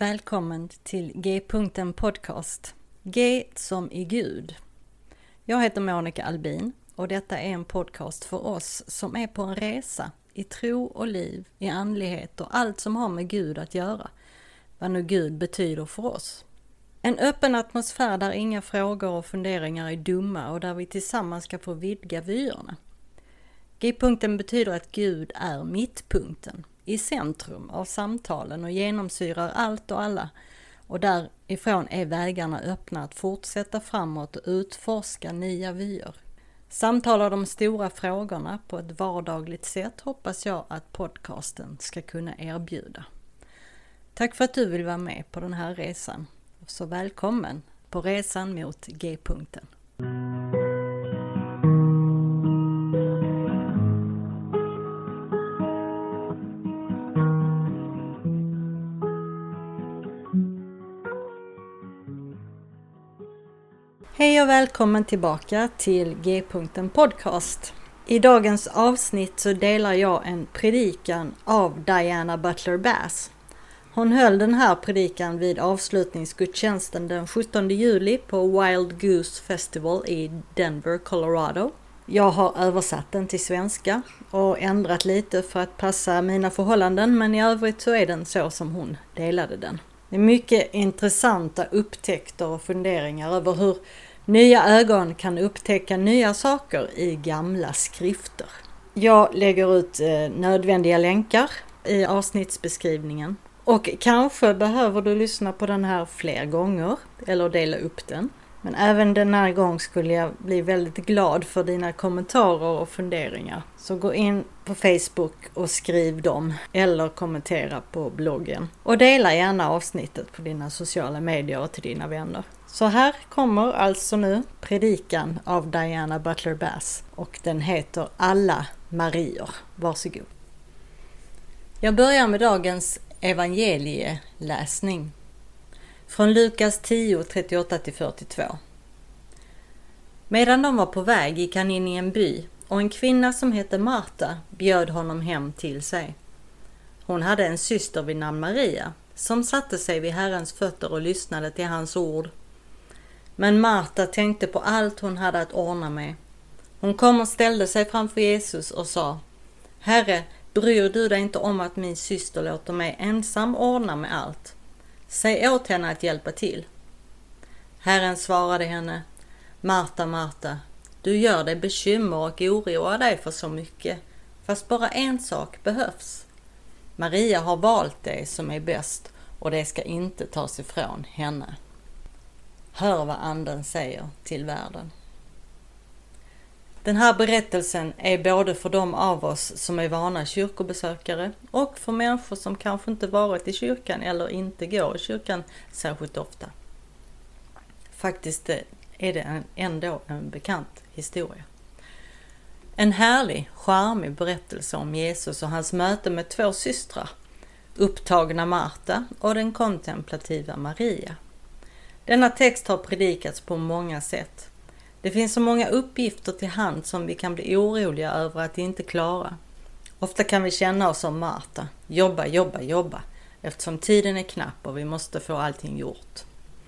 Välkommen till G-punkten podcast. G som i Gud. Jag heter Monica Albin och detta är en podcast för oss som är på en resa i tro och liv, i andlighet och allt som har med Gud att göra. Vad nu Gud betyder för oss. En öppen atmosfär där inga frågor och funderingar är dumma och där vi tillsammans ska få vidga vyerna. G-punkten betyder att Gud är mittpunkten, i centrum av samtalen och genomsyrar allt och alla. Och därifrån är vägarna öppna att fortsätta framåt och utforska nya vyer. Samtalar de stora frågorna på ett vardagligt sätt hoppas jag att podcasten ska kunna erbjuda. Tack för att du vill vara med på den här resan. Så välkommen på resan mot G-punkten. Hej och välkommen tillbaka till G-punkten podcast. I dagens avsnitt så delar jag en predikan av Diana Butler Bass. Hon höll den här predikan vid avslutningsgudstjänsten den 17 juli på Wild Goose Festival i Denver, Colorado. Jag har översatt den till svenska och ändrat lite för att passa mina förhållanden, men i övrigt så är den så som hon delade den. Det är mycket intressanta upptäckter och funderingar över hur nya ögon kan upptäcka nya saker i gamla skrifter. Jag lägger ut nödvändiga länkar i avsnittsbeskrivningen. Och kanske behöver du lyssna på den här fler gånger eller dela upp den. Men även den här gången skulle jag bli väldigt glad för dina kommentarer och funderingar. Så gå in på Facebook och skriv dem eller kommentera på bloggen. Och dela gärna avsnittet på dina sociala medier och till dina vänner. Så här kommer alltså nu predikan av Diana Butler Bass och den heter Alla Marior. Varsågod. Jag börjar med dagens evangelieläsning. Från Lukas 10, 38-42. Medan de var på väg gick han in i en by och en kvinna som hette Marta bjöd honom hem till sig. Hon hade en syster vid namn Maria som satte sig vid Herrens fötter och lyssnade till hans ord. Men Marta tänkte på allt hon hade att ordna med. Hon kom och ställde sig framför Jesus och sa: Herre, bryr du dig inte om att min syster låter mig ensam ordna med allt? Säg åt henne att hjälpa till. Herren svarade henne: Marta, Marta, du gör dig bekymmer och oroar dig för så mycket, fast bara en sak behövs. Maria har valt det som är bäst och det ska inte tas ifrån henne. Hör vad anden säger till världen. Den här berättelsen är både för de av oss som är vana kyrkobesökare och för människor som kanske inte varit i kyrkan eller inte går i kyrkan särskilt ofta. Faktiskt är det ändå en bekant historia. En härlig, charmig berättelse om Jesus och hans möte med två systrar, upptagna Marta och den kontemplativa Maria. Denna text har predikats på många sätt. Det finns så många uppgifter till hand som vi kan bli oroliga över att inte klara. Ofta kan vi känna oss som Marta. Jobba. Eftersom tiden är knapp och vi måste få allting gjort.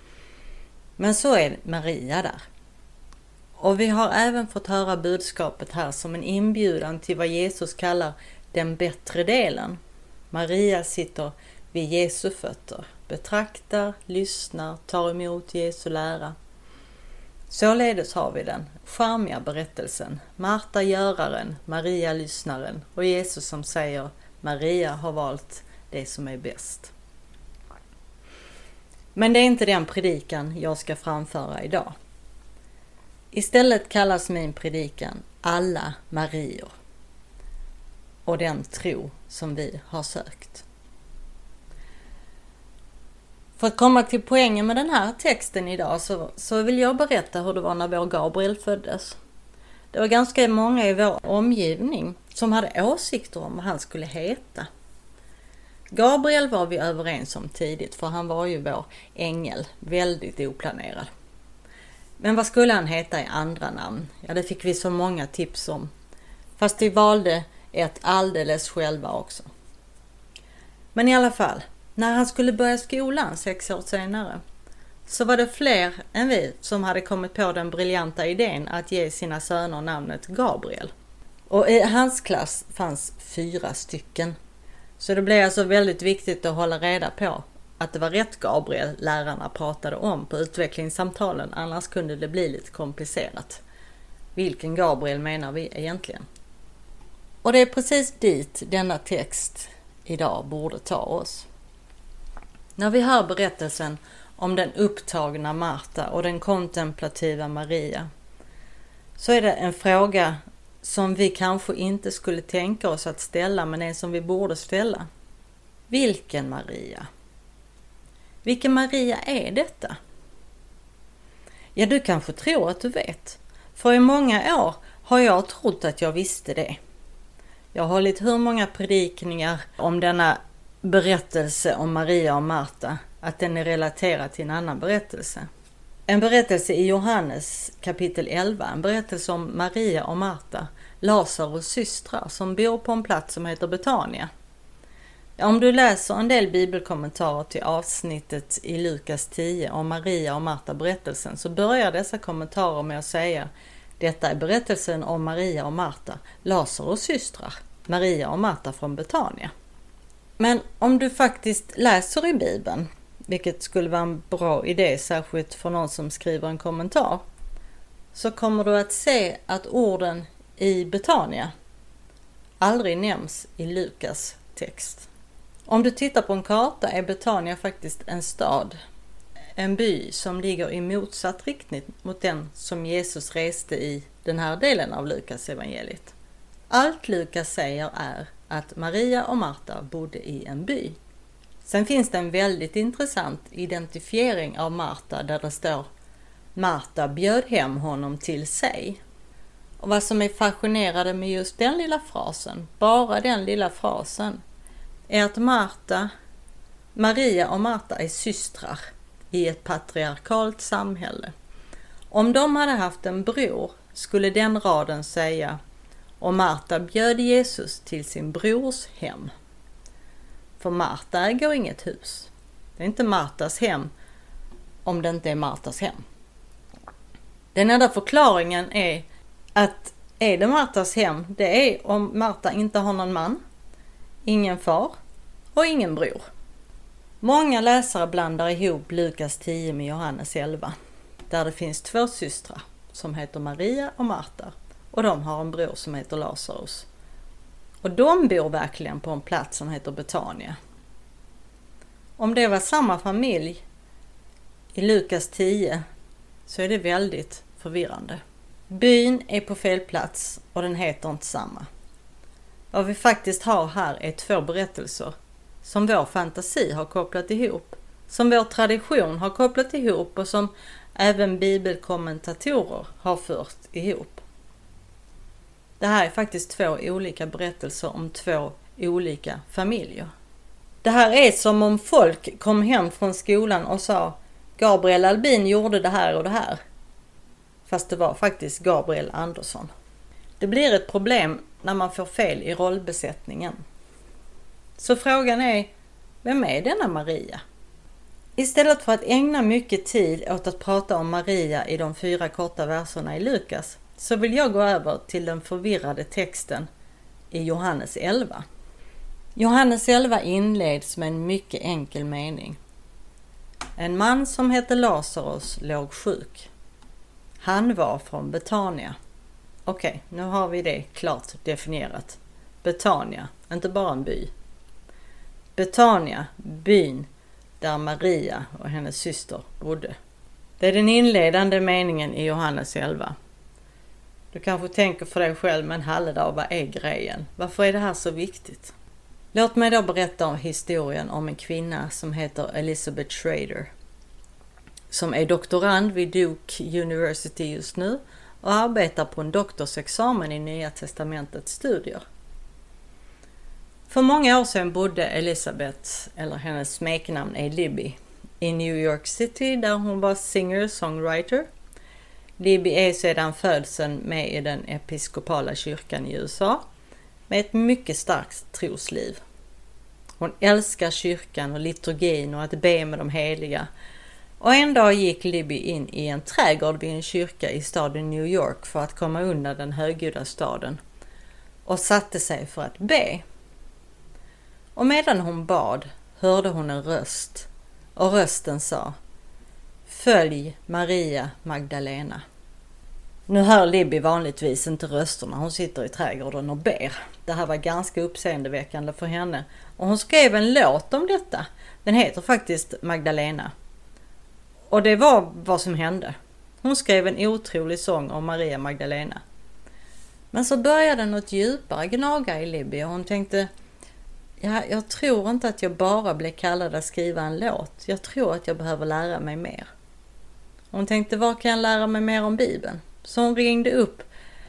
Men så är Maria där. Och vi har även fått höra budskapet här som en inbjudan till vad Jesus kallar den bättre delen. Maria sitter vid Jesu fötter. Betraktar, lyssnar, tar emot Jesu lära. Således har vi den charmiga berättelsen. Marta göraren, Maria lyssnaren och Jesus som säger: Maria har valt det som är bäst. Men det är inte den predikan jag ska framföra idag. Istället kallas min predikan Alla Marior och den tro som vi har sökt. För att komma till poängen med den här texten idag så vill jag berätta hur det var när vår Gabriel föddes. Det var ganska många i vår omgivning som hade åsikter om vad han skulle heta. Gabriel var vi överens om tidigt, för han var ju vår ängel, väldigt oplanerad. Men vad skulle han heta i andra namn? Ja, det fick vi så många tips om. Fast vi valde ett alldeles själva också. Men i alla fall, När han skulle börja skolan 6 år senare så var det fler än vi som hade kommit på den briljanta idén att ge sina söner namnet Gabriel. Och i hans klass fanns 4 stycken. Så det blev alltså väldigt viktigt att hålla reda på att det var rätt Gabriel lärarna pratade om på utvecklingssamtalen, annars kunde det bli lite komplicerat. Vilken Gabriel menar vi egentligen? Och det är precis dit denna text idag borde ta oss. När vi hör berättelsen om den upptagna Marta och den kontemplativa Maria så är det en fråga som vi kanske inte skulle tänka oss att ställa, men en som vi borde ställa. Vilken Maria? Vilken Maria är detta? Ja, du kanske tror att du vet. För i många år har jag trott att jag visste det. Jag har hållit hur många predikningar om denna berättelse om Maria och Marta att den är relaterad till en annan berättelse. En berättelse i Johannes kapitel 11, en berättelse om Maria och Marta, Lazarus systrar som bor på en plats som heter Betania. Om du läser en del bibelkommentarer till avsnittet i Lukas 10 om Maria och Marta berättelsen så börjar dessa kommentarer med att säga: detta är berättelsen om Maria och Marta, Lazarus systrar, Maria och Marta från Betania. Men om du faktiskt läser i Bibeln, vilket skulle vara en bra idé särskilt för någon som skriver en kommentar, så kommer du att se att orden i Betania aldrig nämns i Lukas text. Om du tittar på en karta är Betania faktiskt en stad, en by som ligger i motsatt riktning mot den som Jesus reste i den här delen av Lukas evangeliet. Allt Lukas säger är att Maria och Marta bodde i en by. Sen finns det en väldigt intressant identifiering av Marta där det står: Marta bjöd hem honom till sig. Och vad som är fascinerande med just den lilla frasen, bara den lilla frasen, är att Maria och Marta är systrar i ett patriarkalt samhälle. Om de hade haft en bror skulle den raden säga: och Marta bjöd Jesus till sin brors hem. För Marta äger inget hus. Det är inte Martas hem om det inte är Martas hem. Den enda förklaringen är att är det Martas hem, det är om Marta inte har någon man, ingen far och ingen bror. Många läsare blandar ihop Lukas 10 med Johannes 11, där det finns 2 systrar som heter Maria och Marta, och de har en bror som heter Lazarus. Och de bor verkligen på en plats som heter Betania. Om det var samma familj i Lukas 10 så är det väldigt förvirrande. Byn är på fel plats och den heter inte samma. Vad vi faktiskt har här är 2 berättelser som vår fantasi har kopplat ihop, som vår tradition har kopplat ihop och som även bibelkommentatorer har fört ihop. Det här är faktiskt 2 olika berättelser om 2 olika familjer. Det här är som om folk kom hem från skolan och sa: Gabriel Albin gjorde det här och det här. Fast det var faktiskt Gabriel Andersson. Det blir ett problem när man får fel i rollbesättningen. Så frågan är: vem är denna Maria? Istället för att ägna mycket tid åt att prata om Maria i de 4 korta verserna i Lukas så vill jag gå över till den förvirrade texten i Johannes 11. Johannes 11 inleds med en mycket enkel mening. En man som hette Lazarus låg sjuk. Han var från Betania. Okej, nu har vi det klart definierat. Betania, inte bara en by. Betania, byn där Maria och hennes syster bodde. Det är den inledande meningen i Johannes 11. Du kanske tänker för dig själv, men halledag, vad är grejen? Varför är det här så viktigt? Låt mig då berätta om historien om en kvinna som heter Elizabeth Schrader, som är doktorand vid Duke University just nu och arbetar på en doktorsexamen i Nya testamentets studier. För många år sedan bodde Elizabeth, eller hennes smeknamn är Libby, i New York City där hon var singer-songwriter. Libby är sedan födseln med i den episkopala kyrkan i USA med ett mycket starkt trosliv. Hon älskar kyrkan och liturgin och att be med de heliga. Och en dag gick Libby in i en trädgård vid en kyrka i staden New York för att komma undan den högljudda staden och satte sig för att be. Och medan hon bad hörde hon en röst och rösten sa: "Följ Maria Magdalena." Nu hör Libby vanligtvis inte rösterna, hon sitter i trädgården och ber. Det här var ganska uppseendeväckande för henne och hon skrev en låt om detta. Den heter faktiskt Magdalena. Och det var vad som hände. Hon skrev en otrolig sång om Maria Magdalena. Men så började något djupare gnaga i Libby och hon tänkte: jag tror inte att jag bara blev kallad att skriva en låt. Jag tror att jag behöver lära mig mer. Hon tänkte: vad kan jag lära mig mer om Bibeln? Så hon ringde upp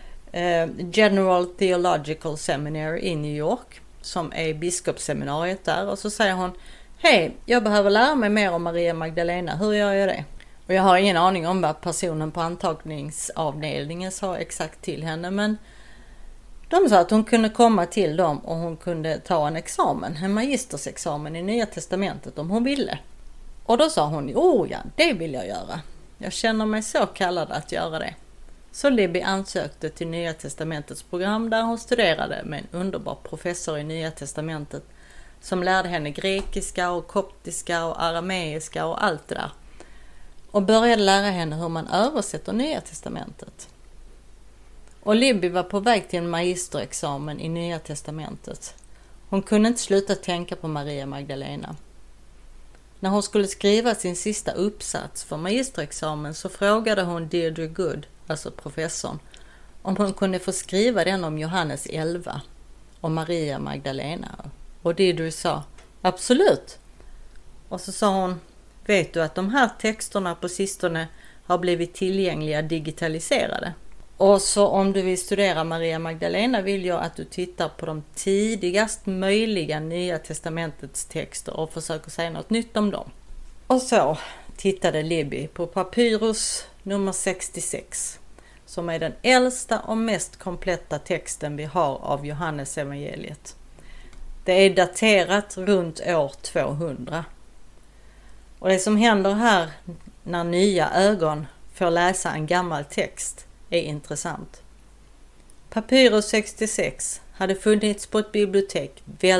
General Theological Seminary i New York, som är biskopsseminariet där, och så säger hon: "Hej, jag behöver lära mig mer om Maria Magdalena. Hur gör jag det?" Och jag har ingen aning om vad personen på antagningsavdelningen sa exakt till henne, men de sa att hon kunde komma till dem och hon kunde ta en examen, en magistersexamen i Nya Testamentet om hon ville. Och då sa hon: ja, det vill jag göra. Jag känner mig så kallad att göra det. Så Libby ansökte till Nya Testamentets program där hon studerade med en underbar professor i Nya Testamentet som lärde henne grekiska och koptiska och arameiska och allt det där. Och började lära henne hur man översätter Nya Testamentet. Och Libby var på väg till en magisterexamen i Nya Testamentet. Hon kunde inte sluta tänka på Maria Magdalena. När hon skulle skriva sin sista uppsats för magisterexamen så frågade hon Deirdre Good, alltså professorn, om hon kunde få skriva den om Johannes 11 och Maria Magdalena. Och Deirdre sa: "Absolut." Och så sa hon: "Vet du att de här texterna på sistone har blivit tillgängliga digitaliserade? Och så om du vill studera Maria Magdalena vill jag att du tittar på de tidigast möjliga Nya Testamentets texter och försöker säga något nytt om dem." Och så tittade Libby på papyrus nummer 66, som är den äldsta och mest kompletta texten vi har av Johannes evangeliet. Det är daterat runt år 200. Och det som händer här när nya ögon får läsa en gammal text är intressant. Papyrus 66 hade funnits på ett bibliotek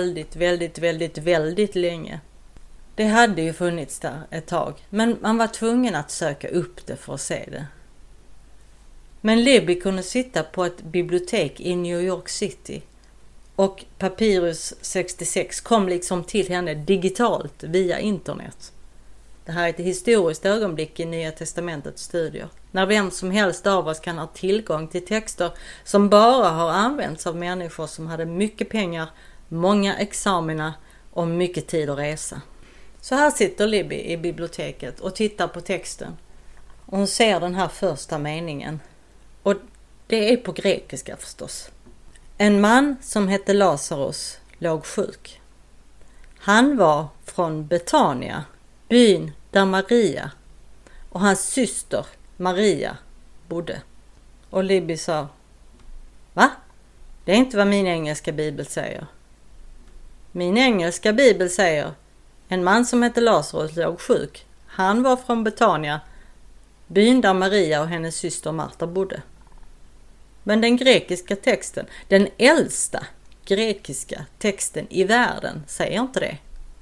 väldigt länge. Det hade ju funnits där ett tag, men man var tvungen att söka upp det för att se det. Men Libby kunde sitta på ett bibliotek i New York City och Papyrus 66 kom liksom till henne digitalt via internet. Det här är ett historiskt ögonblick i Nya Testamentets studier, när vem som helst av oss kan ha tillgång till texter som bara har använts av människor som hade mycket pengar, många examina och mycket tid att resa. Så här sitter Libby i biblioteket och tittar på texten. Och hon ser den här första meningen. Och det är på grekiska förstås. En man som hette Lazarus låg sjuk. Han var från Betania, byn där Maria och hans syster Maria bodde. Och Libby sa: "Va? Det är inte vad min engelska bibel säger. Min engelska bibel säger: en man som hette Lazarus låg sjuk. Han var från Betania, byn där Maria och hennes syster Marta bodde." Men den grekiska texten, den äldsta grekiska texten i världen, säger inte det.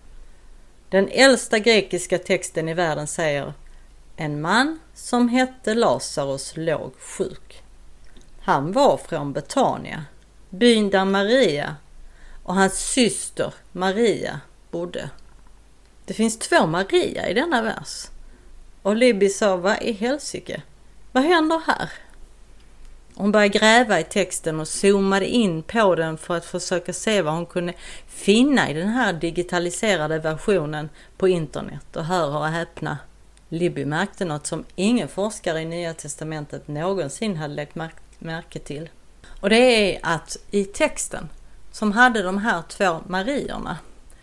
Den äldsta grekiska texten i världen säger: en man som hette Lazarus låg sjuk. Han var från Betania, byn där Maria och hans syster Maria bodde. Det finns 2 Maria i denna vers. Och Libby sa: "Vad i helsike? Vad händer här?" Hon började gräva i texten och zoomade in på den för att försöka se vad hon kunde finna i den här digitaliserade versionen på internet. Och hör och häpna, Libby märkte något som ingen forskare i Nya Testamentet någonsin hade lagt märke till. Och det är att i texten som hade de här 2 Marierna,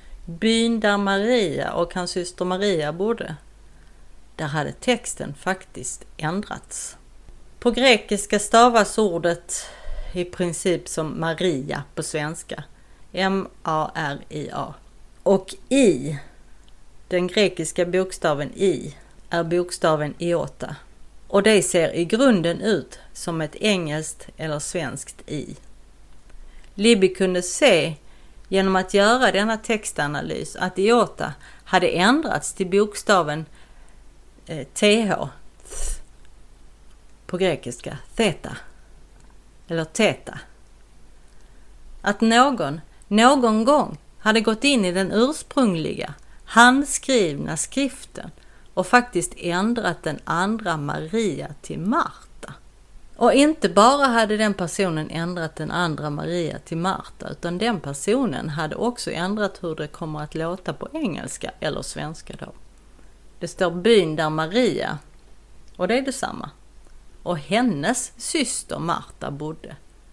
byn där Maria och hans syster Maria bodde, där hade texten faktiskt ändrats. På grekiska stavas ordet i princip som Maria på svenska, M-A-R-I-A. Och I, den grekiska bokstaven I, är bokstaven iota. Och det ser i grunden ut som ett engelskt eller svenskt I. Libby kunde se genom att göra denna textanalys att iota hade ändrats till bokstaven th på grekiska, theta eller theta. Att någon gång hade gått in i den ursprungliga handskrivna skriften och faktiskt ändrat den andra Maria till Marta. Och inte bara hade den personen ändrat den andra Maria till Marta, utan den personen hade också ändrat hur det kommer att låta på engelska eller svenska då. Det står byn där Maria, och det är detsamma, och hennes syster Marta bodde.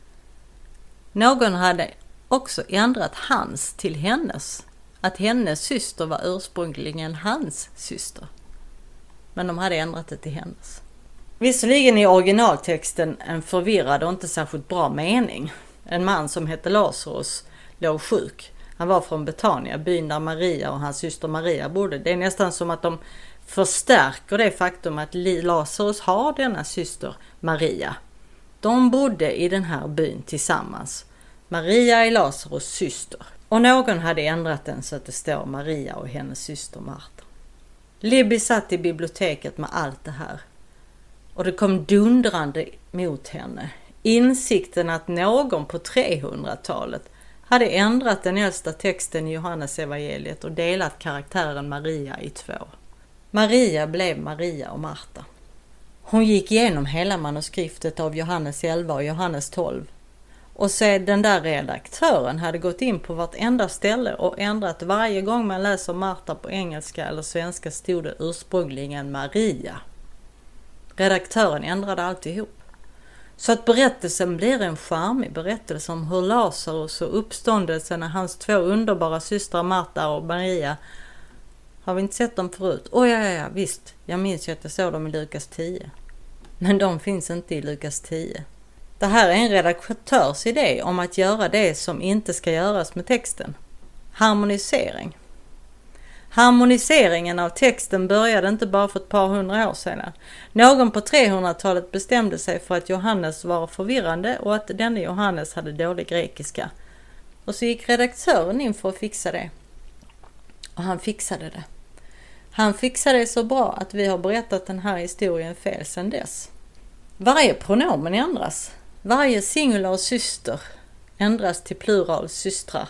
Någon hade också ändrat hans till hennes, att hennes syster var ursprungligen hans syster. Men de hade ändrat det till hennes. Visserligen i originaltexten en förvirrad och inte särskilt bra mening. En man som hette Lazarus låg sjuk. Han var från Betania, byn där Maria och hans syster Maria bodde. Det är nästan som att de förstärker det faktum att Lazarus har denna syster Maria. De bodde i den här byn tillsammans. Maria är Lazarus syster. Och någon hade ändrat den så att det står Maria och hennes syster Marta. Libby satt i biblioteket med allt det här. Och det kom dundrande mot henne. Insikten att någon på 300-talet hade ändrat den äldsta texten i Johannes evangeliet och delat karaktären Maria i 2. Maria blev Maria och Marta. Hon gick igenom hela manuskriptet av Johannes 11 och Johannes 12. Och så den där redaktören hade gått in på vartenda ställe och ändrat varje gång man läser Marta på engelska eller svenska stod det ursprungligen Maria. Redaktören ändrade alltihop. Så att berättelsen blir en charmig berättelse om hur Lazarus och uppståndelsen när hans 2 underbara systrar Marta och Maria. Har vi inte sett dem förut? Ja, visst. Jag minns ju att jag såg dem i Lukas 10. Men de finns inte i Lukas 10. Det här är en redaktörs idé om att göra det som inte ska göras med texten. Harmonisering. Harmoniseringen av texten började inte bara för ett par hundra år sedan. Någon på 300-talet bestämde sig för att Johannes var förvirrande och att denne Johannes hade dålig grekiska. Och så gick redaktören in för att fixa det. Och han fixade det. Han fixade det så bra att vi har berättat den här historien fel sedan dess. Varje pronomen ändras. Varje singular syster ändras till plural systrar.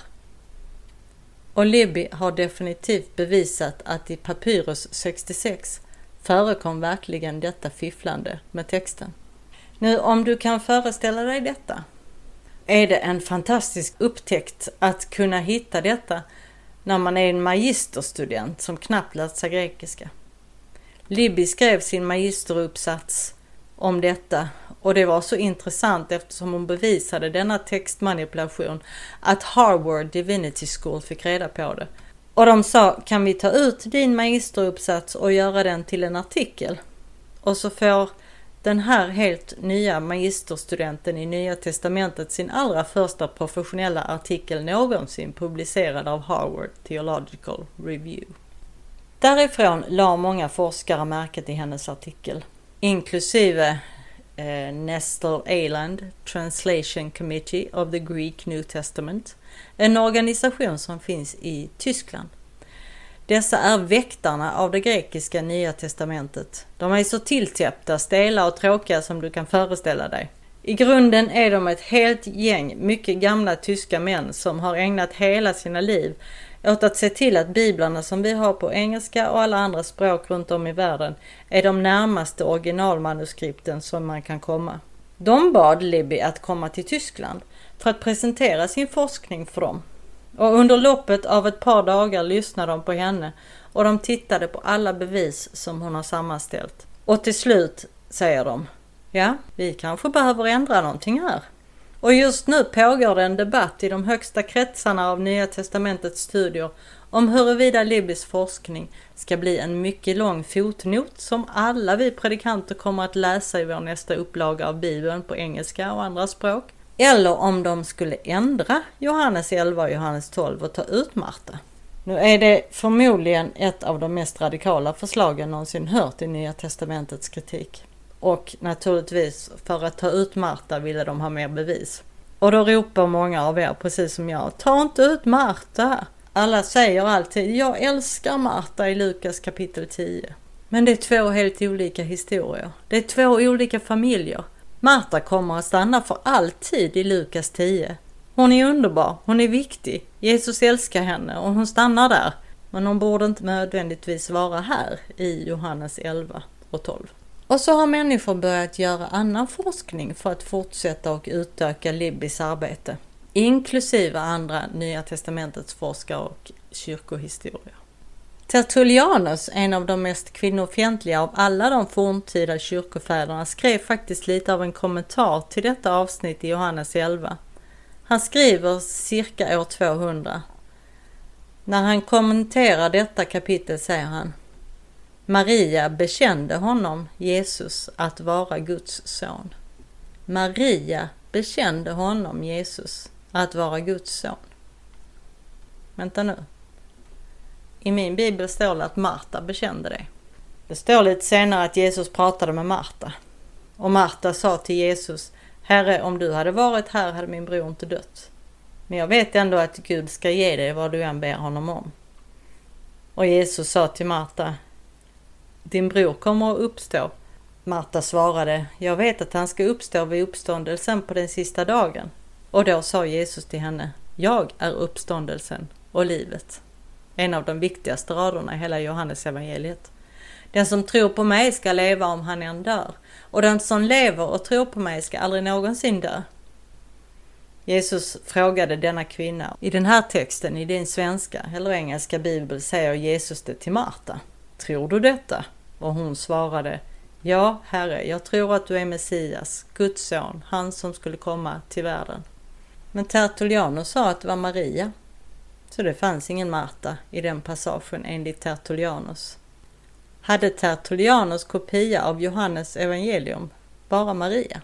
Och Libby har definitivt bevisat att i Papyrus 66 förekom verkligen detta fifflande med texten. Nu om du kan föreställa dig detta, är det en fantastisk upptäckt att kunna hitta detta när man är en magisterstudent som knappt lärt sig grekiska. Libby skrev sin magisteruppsats om detta och det var så intressant eftersom hon bevisade denna textmanipulation att Harvard Divinity School fick reda på det. Och de sa, kan vi ta ut din magisteruppsats och göra den till en artikel? Och så får den här helt nya magisterstudenten i Nya Testamentet sin allra första professionella artikel någonsin publicerad av Harvard Theological Review. Därifrån la många forskare märke till hennes artikel, inklusive Nestor Aland Translation Committee of the Greek New Testament, en organisation som finns i Tyskland. Dessa är väktarna av det grekiska Nya Testamentet. De är så tilltäppta, stela och tråkiga som du kan föreställa dig. I grunden är de ett helt gäng mycket gamla tyska män som har ägnat hela sina liv åt att se till att biblarna som vi har på engelska och alla andra språk runt om i världen är de närmaste originalmanuskripten som man kan komma. De bad Libby att komma till Tyskland för att presentera sin forskning för dem. Och under loppet av ett par dagar lyssnade de på henne och de tittade på alla bevis som hon har sammanställt. Och till slut säger de, ja, vi kanske behöver ändra någonting här. Och just nu pågår det en debatt i de högsta kretsarna av Nya Testamentets studier om huruvida Libbys forskning ska bli en mycket lång fotnot som alla vi predikanter kommer att läsa i vår nästa upplaga av Bibeln på engelska och andra språk. Eller om de skulle ändra Johannes 11 och Johannes 12 och ta ut Marta. Nu är det förmodligen ett av de mest radikala förslagen någonsin hört i Nya testamentets kritik. Och naturligtvis för att ta ut Marta ville de ha mer bevis. Och då ropar många av er, precis som jag, ta inte ut Marta! Alla säger alltid, jag älskar Marta i Lukas kapitel 10. Men det är två helt olika historier. Det är två olika familjer. Marta kommer att stanna för alltid i Lukas 10. Hon är underbar, hon är viktig. Jesus älskar henne och hon stannar där. Men hon borde inte nödvändigtvis vara här i Johannes 11 och 12. Och så har människor börjat göra annan forskning för att fortsätta och utöka Libbys arbete. Inklusive andra Nya testamentets forskare och kyrkohistorier. Tertullianus, en av de mest kvinnofientliga av alla de forntida kyrkofäderna, skrev faktiskt lite av en kommentar till detta avsnitt i Johannes 11. Han skriver cirka år 200. När han kommenterar detta kapitel säger han: Maria bekände honom, Jesus, att vara Guds son. Maria bekände honom, Jesus, att vara Guds son. Vänta nu. I min bibel står det att Marta bekände det. Det står lite senare att Jesus pratade med Marta. Och Marta sa till Jesus: Herre, om du hade varit här hade min bror inte dött. Men jag vet ändå att Gud ska ge dig vad du än ber honom om. Och Jesus sa till Marta: Din bror kommer att uppstå. Marta svarade: Jag vet att han ska uppstå vid uppståndelsen på den sista dagen. Och då sa Jesus till henne: Jag är uppståndelsen och livet. En av de viktigaste raderna i hela Johannes evangeliet. Den som tror på mig ska leva om han än dör. Och den som lever och tror på mig ska aldrig någonsin dö. Jesus frågade denna kvinna. I den här texten, i din svenska eller engelska bibel, säger Jesus det till Marta. Tror du detta? Och hon svarade: Ja, Herre, jag tror att du är Messias, Guds son, han som skulle komma till världen. Men Tertullianus sa att det var Maria. Så det fanns ingen Marta i den passagen enligt Tertullianus. Hade Tertullianus kopia av Johannes evangelium bara Maria?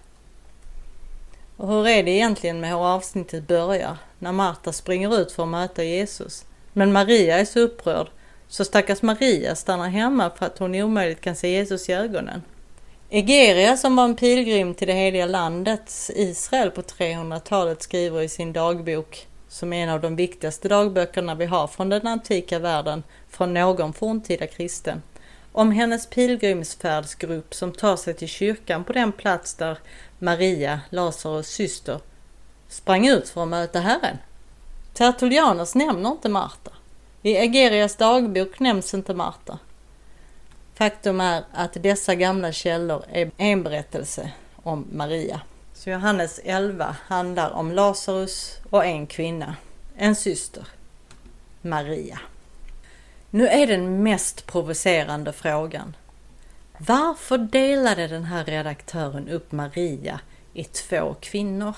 Och hur är det egentligen med hur avsnittet börjar när Marta springer ut för att möta Jesus? Men Maria är så upprörd så stackars Maria stannar hemma för att hon omöjligt kan se Jesus i ögonen. Egeria, som var en pilgrim till det heliga landet Israel på 300-talet, skriver i sin dagbok, som är en av de viktigaste dagböckerna vi har från den antika världen, från någon forntida kristen, om hennes pilgrimsfärdsgrupp som tar sig till kyrkan på den plats där Maria, Lazarus syster, sprang ut för att möta Herren. Tertullianus nämner inte Marta. I Egerias dagbok nämns inte Marta. Faktum är att dessa gamla källor är en berättelse om Maria. Så Johannes 11 handlar om Lazarus och en kvinna, en syster, Maria. Nu är den mest provocerande frågan: varför delade den här redaktören upp Maria i 2 kvinnor?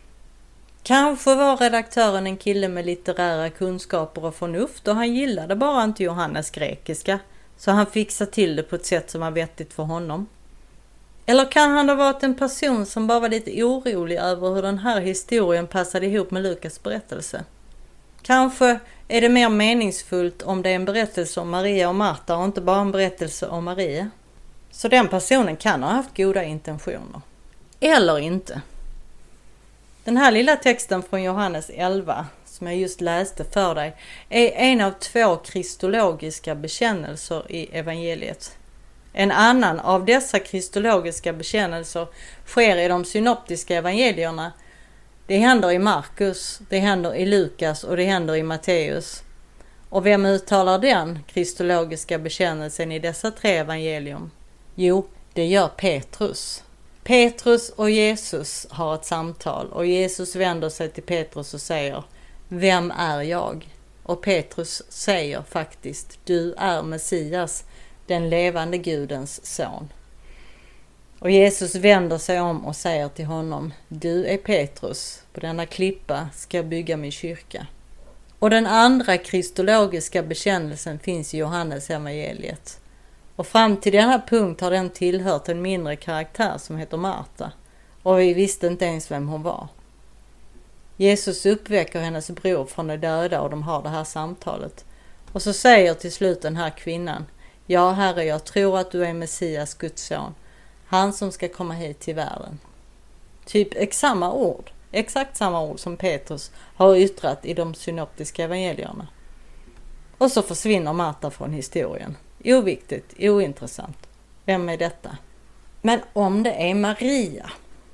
Kanske var redaktören en kille med litterära kunskaper och förnuft och han gillade bara inte Johannes grekiska, så han fixade till det på ett sätt som var vettigt för honom. Eller kan han ha varit en person som bara var lite orolig över hur den här historien passade ihop med Lukas berättelse? Kanske är det mer meningsfullt om det är en berättelse om Maria och Marta och inte bara en berättelse om Maria. Så den personen kan ha haft goda intentioner. Eller inte. Den här lilla texten från Johannes 11 som jag just läste för dig är en av 2 kristologiska bekännelser i evangeliet. En annan av dessa kristologiska bekännelser sker i de synoptiska evangelierna. Det händer i Markus, det händer i Lukas och det händer i Matteus. Och vem uttalar den kristologiska bekännelsen i dessa 3 evangelium? Jo, det gör Petrus. Petrus och Jesus har ett samtal och Jesus vänder sig till Petrus och säger: Vem är jag? Och Petrus säger faktiskt: Du är Messias, den levande Gudens son. Och Jesus vänder sig om och säger till honom: Du är Petrus, på denna klippa ska jag bygga min kyrka. Och den andra kristologiska bekännelsen finns i Johannes evangeliet. Och fram till denna punkt har den tillhört en mindre karaktär som heter Marta. Och vi visste inte ens vem hon var. Jesus uppväcker hennes bror från de döda och de har det här samtalet. Och så säger till slut den här kvinnan: ja, Herre, jag tror att du är Messias, Guds son, han som ska komma hit till världen. Typ exakt samma ord som Petrus har yttrat i de synoptiska evangelierna. Och så försvinner Marta från historien. Oviktigt, ointressant. Vem är detta? Men om det är Maria,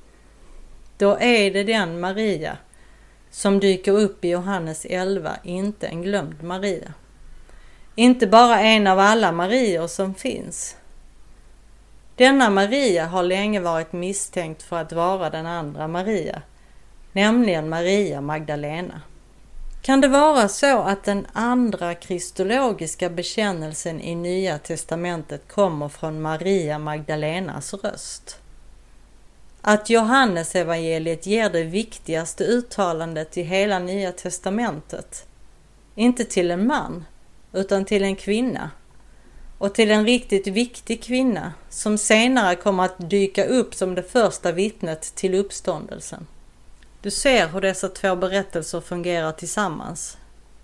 då är det den Maria som dyker upp i Johannes 11, inte en glömd Maria. Inte bara en av alla Marior som finns. Denna Maria har länge varit misstänkt för att vara den andra Maria, nämligen Maria Magdalena. Kan det vara så att den andra kristologiska bekännelsen i Nya testamentet kommer från Maria Magdalenas röst? Att Johannes evangeliet ger det viktigaste uttalandet i hela Nya testamentet, inte till en man, utan till en kvinna, och till en riktigt viktig kvinna som senare kommer att dyka upp som det första vittnet till uppståndelsen. Du ser hur dessa två berättelser fungerar tillsammans.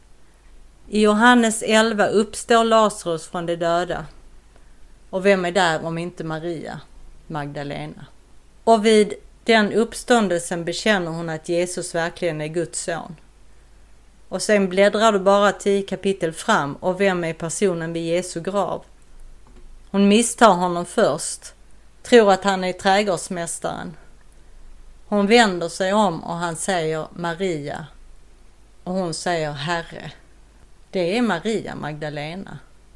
I Johannes 11 uppstår Lazarus från de döda. Och vem är där om inte Maria Magdalena? Och vid den uppståndelsen bekänner hon att Jesus verkligen är Guds son. Och sen bläddrar du bara 10 kapitel fram, och vem är personen vid Jesu grav? Hon misstar honom först, tror att han är trädgårdsmästaren. Hon vänder sig om och han säger Maria, och hon säger Herre. Det är Maria Magdalena.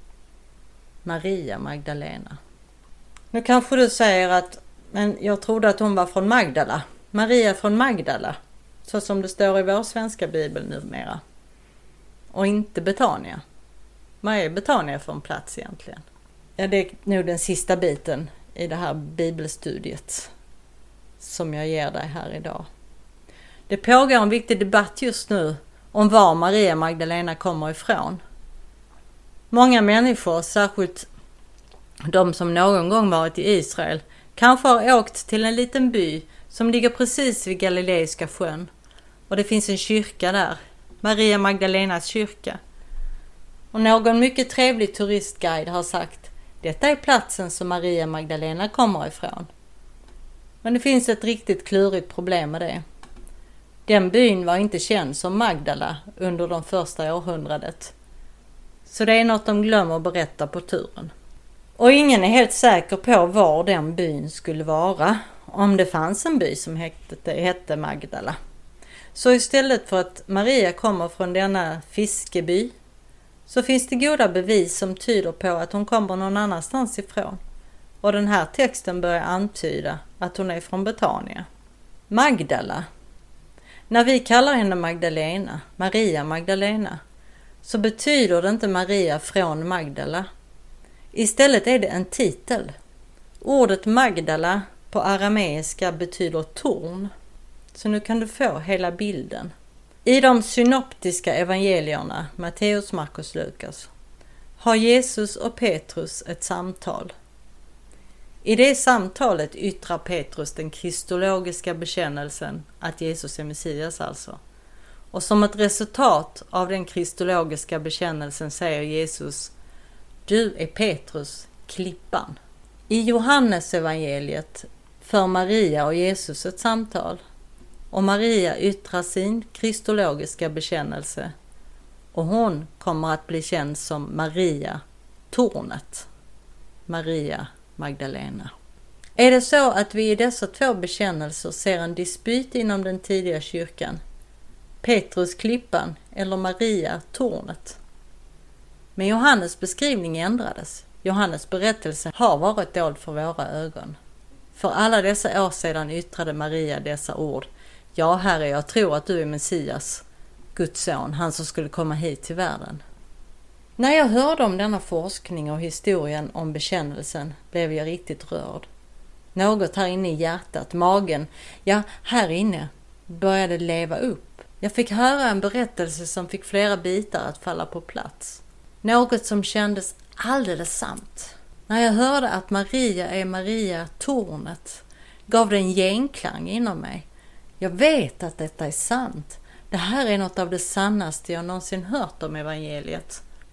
Maria Magdalena. Nu kanske du säger att men jag trodde att hon var från Magdala. Maria från Magdala. Så som det står i vår svenska bibel numera. Och inte Betania. Vad är Betania för en plats egentligen? Ja, det är nog den sista biten i det här bibelstudiet som jag ger dig här idag. Det pågår en viktig debatt just nu om var Maria Magdalena kommer ifrån. Många människor, särskilt de som någon gång varit i Israel, kanske har åkt till en liten by som ligger precis vid Galileiska sjön. Och det finns en kyrka där, Maria Magdalenas kyrka. Och någon mycket trevlig turistguide har sagt, detta är platsen som Maria Magdalena kommer ifrån. Men det finns ett riktigt klurigt problem med det. Den byn var inte känd som Magdala under de första århundradet. Så det är något de glömmer berätta på turen. Och ingen är helt säker på var den byn skulle vara, om det fanns en by som hette Magdala. Så istället för att Maria kommer från denna fiskeby, så finns det goda bevis som tyder på att hon kommer någon annanstans ifrån. Och den här texten börjar antyda att hon är från Betania. Magdala. När vi kallar henne Magdalena, Maria Magdalena, så betyder det inte Maria från Magdala. Istället är det en titel. Ordet Magdala på arameiska betyder torn. Så nu kan du få hela bilden. I de synoptiska evangelierna, Matteus, Markus, Lukas, har Jesus och Petrus ett samtal. I det samtalet yttrar Petrus den kristologiska bekännelsen att Jesus är Messias alltså. Och som ett resultat av den kristologiska bekännelsen säger Jesus, du är Petrus, klippan. I Johannes evangeliet för Maria och Jesus ett samtal. Och Maria yttrar sin kristologiska bekännelse. Och hon kommer att bli känd som Maria, tornet. Maria Magdalena. Är det så att vi i dessa två bekännelser ser en dispyt inom den tidiga kyrkan? Petrus klippan eller Maria tornet? Men Johannes beskrivning ändrades. Johannes berättelse har varit dold för våra ögon. För alla dessa år sedan yttrade Maria dessa ord. Ja, Herre, jag tror att du är Messias, Guds son, han som skulle komma hit till världen. När jag hörde om denna forskning och historien om bekännelsen blev jag riktigt rörd. Något här inne i hjärtat, magen, ja, här inne började leva upp. Jag fick höra en berättelse som fick flera bitar att falla på plats. Något som kändes alldeles sant. När jag hörde att Maria är Maria tornet gav det en genklang inom mig. Jag vet att detta är sant. Det här är något av det sannaste jag någonsin hört om evangeliet.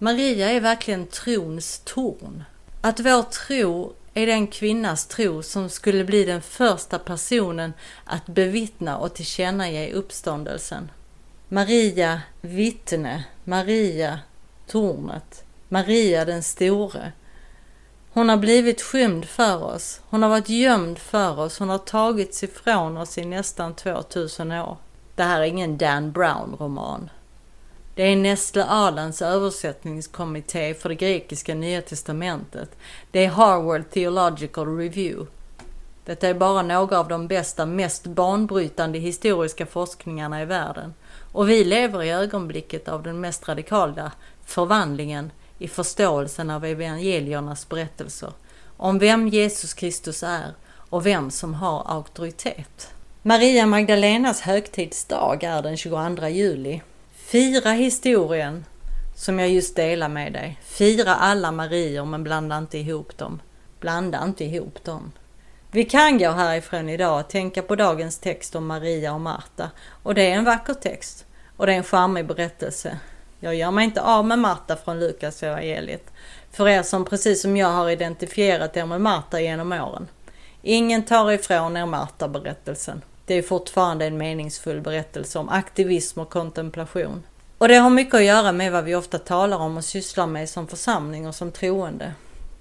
Maria är verkligen trons torn. Att vår tro är den kvinnas tro som skulle bli den första personen att bevittna och tillkännage uppståndelsen. Maria vittne, Maria tornet, Maria den store. Hon har blivit skymd för oss, hon har varit gömd för oss, hon har tagits ifrån oss i nästan 2000 år. Det här är ingen Dan Brown-roman. Det är Nestle Adams översättningskommitté för det grekiska nya testamentet. Det är Harvard Theological Review. Detta är bara några av de bästa, mest banbrytande historiska forskningarna i världen. Och vi lever i ögonblicket av den mest radikala förvandlingen i förståelsen av evangeliernas berättelser om vem Jesus Kristus är och vem som har auktoritet. Maria Magdalenas högtidsdag är den 22 juli. Fira historien som jag just delar med dig. Fira alla Marier, men blanda inte ihop dem. Blanda inte ihop dem. Vi kan gå härifrån idag och tänka på dagens text om Maria och Marta. Och det är en vacker text. Och det är en charmig berättelse. Jag gör mig inte av med Marta från Lukas evangeliet. För er som precis som jag har identifierat er med Marta genom åren. Ingen tar ifrån er Marta-berättelsen. Det är fortfarande en meningsfull berättelse om aktivism och kontemplation. Och det har mycket att göra med vad vi ofta talar om och sysslar med som församling och som troende.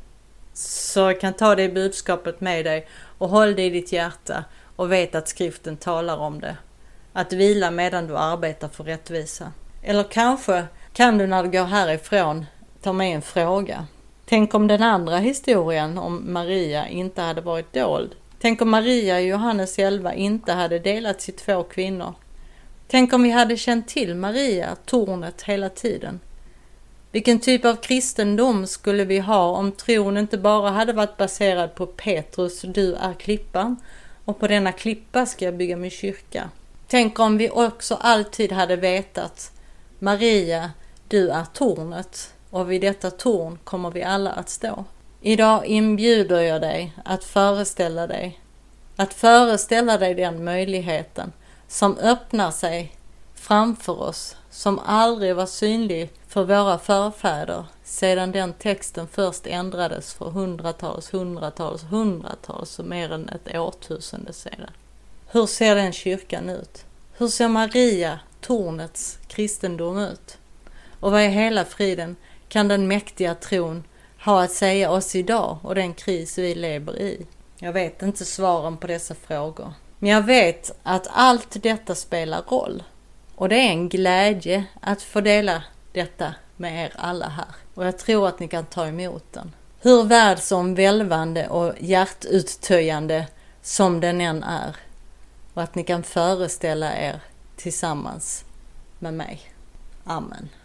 Så jag kan ta det budskapet med dig och håll det i ditt hjärta och vet att skriften talar om det. Att vila medan du arbetar för rättvisa. Eller kanske kan du när du går härifrån ta med en fråga. Tänk om den andra historien om Maria inte hade varit dold. Tänk om Maria och Johannes 11 inte hade delats i 2 kvinnor. Tänk om vi hade känt till Maria, tornet, hela tiden. Vilken typ av kristendom skulle vi ha om tron inte bara hade varit baserad på Petrus, du är klippan, och på denna klippa ska jag bygga min kyrka. Tänk om vi också alltid hade vetat, Maria, du är tornet, och vid detta torn kommer vi alla att stå. Idag inbjuder jag dig att föreställa dig den möjligheten som öppnar sig framför oss, som aldrig var synlig för våra förfäder sedan den texten först ändrades för hundratals och mer än ett årtusende sedan. Hur ser den kyrkan ut? Hur ser Maria, tornets kristendom ut? Och vad är hela friden kan den mäktiga tron ha att säga oss idag och den kris vi lever i? Jag vet inte svaren på dessa frågor. Men jag vet att allt detta spelar roll. Och det är en glädje att få dela detta med er alla här. Och jag tror att ni kan ta emot den. Hur världsomvälvande och hjärtuttöjande som den än är. Och att ni kan föreställa er tillsammans med mig. Amen.